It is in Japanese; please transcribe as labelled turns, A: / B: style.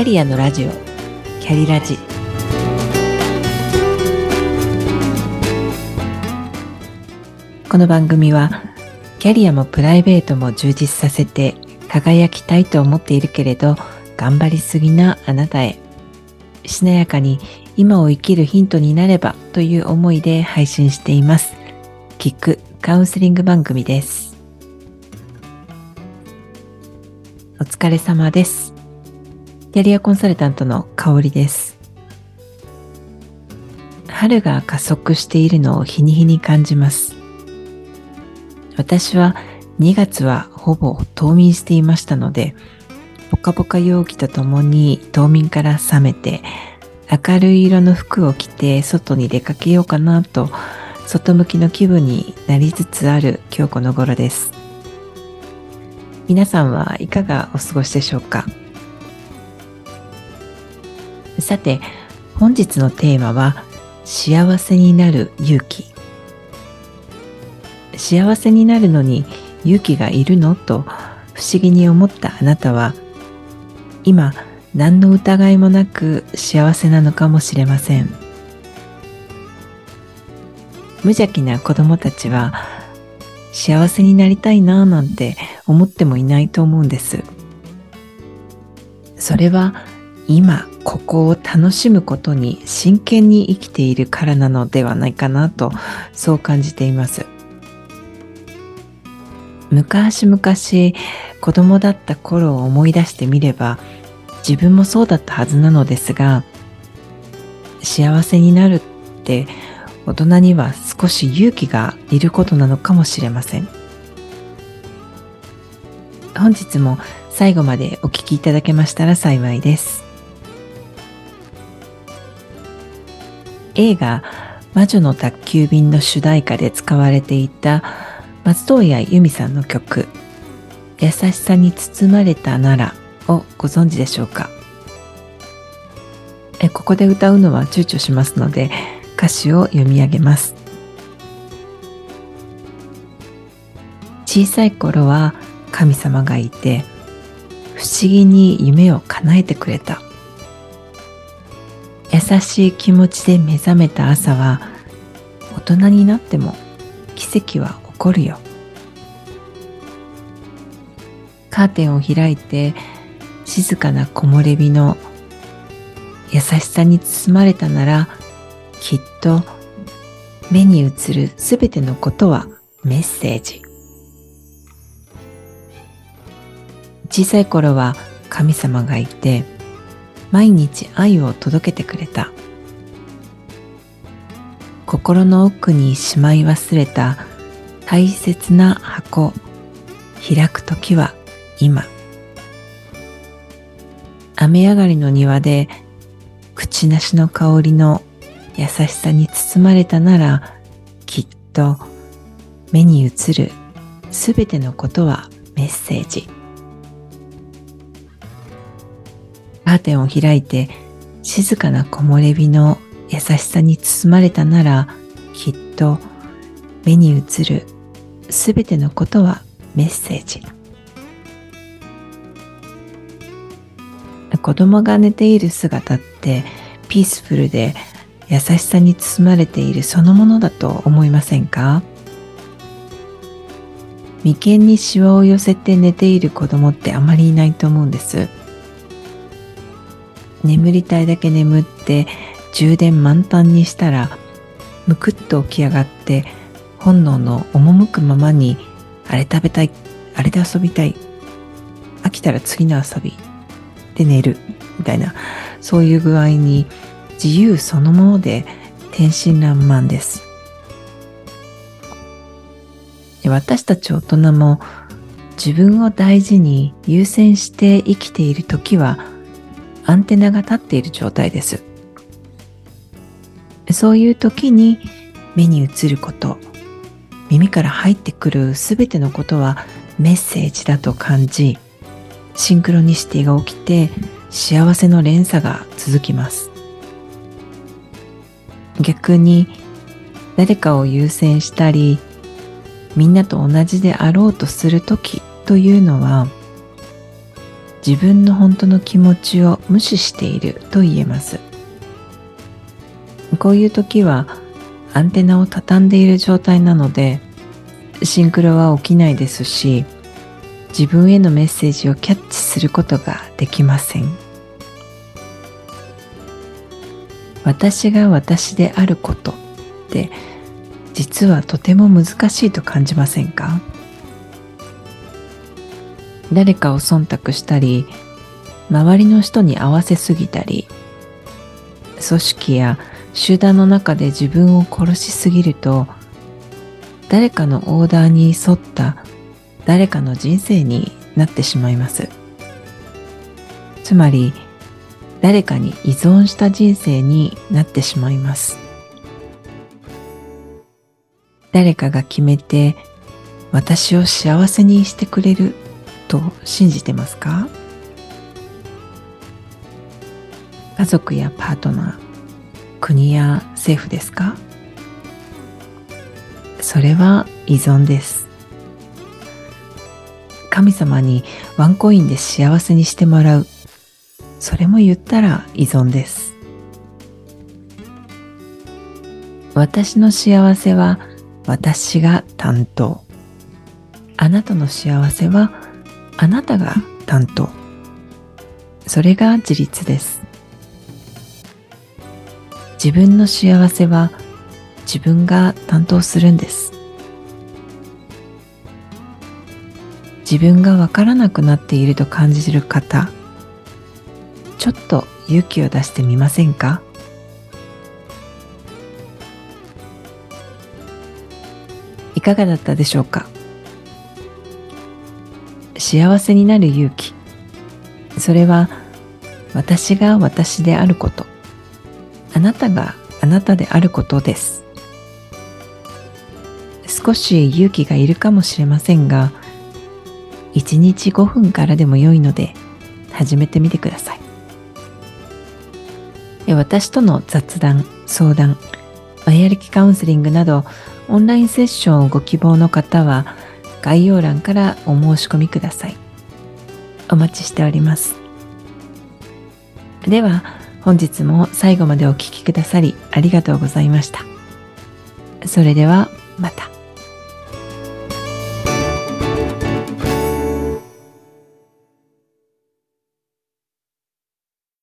A: キャリアのラジオ、キャリラジ。この番組はキャリアもプライベートも充実させて輝きたいと思っているけれど頑張りすぎなあなたへ、しなやかに今を生きるヒントになればという思いで配信しています。聞くカウンセリング番組です。お疲れ様です。キャリアコンサルタントの香里です。春が加速しているのを日に日に感じます。私は2月はほぼ冬眠していましたので、ポカポカ陽気とともに冬眠から覚めて、明るい色の服を着て外に出かけようかなと、外向きの気分になりつつある今日この頃です。皆さんはいかがお過ごしでしょうか。さて、本日のテーマは幸せになる勇気。幸せになるのに勇気がいるのと不思議に思ったあなたは、今何の疑いもなく幸せなのかもしれません。無邪気な子供たちは幸せになりたいなぁなんて思ってもいないと思うんです。それは今ここを楽しむことに真剣に生きているからなのではないかなと、そう感じています。昔々子供だった頃を思い出してみれば自分もそうだったはずなのですが、幸せになるって大人には少し勇気がいることなのかもしれません。本日も最後までお聞きいただけましたら幸いです。映画魔女の宅急便の主題歌で使われていた松任谷由実さんの曲優しさに包まれたならをご存知でしょうか。ここで歌うのは躊躇しますので歌詞を読み上げます。小さい頃は神様がいて不思議に夢を叶えてくれた。優しい気持ちで目覚めた朝は大人になっても奇跡は起こるよ。カーテンを開いて静かな木漏れ日の優しさに包まれたなら、きっと目に映るすべてのことはメッセージ。小さい頃は神様がいて毎日愛を届けてくれた。心の奥にしまい忘れた大切な箱、開くときは今。雨上がりの庭で口なしの香りの優しさに包まれたなら、きっと目に映るすべてのことはメッセージ。カーテンを開いて静かな木漏れ日の優しさに包まれたなら、きっと目に映るすべてのことはメッセージ。子供が寝ている姿ってピースフルで優しさに包まれているそのものだと思いませんか？眉間にシワを寄せて寝ている子供ってあまりいないと思うんです。眠りたいだけ眠って充電満タンにしたらむくっと起き上がって本能の赴くままにあれ食べたい、あれで遊びたい、飽きたら次の遊びで寝るみたいな、そういう具合に自由そのもので天真爛漫です。私たち大人も自分を大事に優先して生きているときはアンテナが立っている状態です。そういう時に目に映ること、耳から入ってくるすべてのことはメッセージだと感じ、シンクロニシティが起きて幸せの連鎖が続きます。逆に誰かを優先したり、みんなと同じであろうとする時というのは自分の本当の気持ちを無視していると言えます。こういう時はアンテナを畳んでいる状態なので、シンクロは起きないですし、自分へのメッセージをキャッチすることができません。私が私であることって実はとても難しいと感じませんか？誰かを忖度したり、周りの人に合わせすぎたり、組織や集団の中で自分を殺しすぎると、誰かのオーダーに沿った誰かの人生になってしまいます。つまり、誰かに依存した人生になってしまいます。誰かが決めて私を幸せにしてくれると信じてますか？家族やパートナー、国や政府ですか？それは依存です。神様にワンコインで幸せにしてもらう、それも言ったら依存です。私の幸せは私が担当。あなたの幸せはあなたが担当。それが自立です。自分の幸せは自分が担当するんです。自分がわからなくなっていると感じる方、ちょっと勇気を出してみませんか？いかがだったでしょうか？幸せになる勇気、それは私が私であること、あなたがあなたであることです。少し勇気がいるかもしれませんが、1日5分からでも良いので始めてみてください。私との雑談、相談、やる気カウンセリングなどオンラインセッションをご希望の方は概要欄からお申し込みください。お待ちしております。では本日も最後までお聞きくださりありがとうございました。それではまた。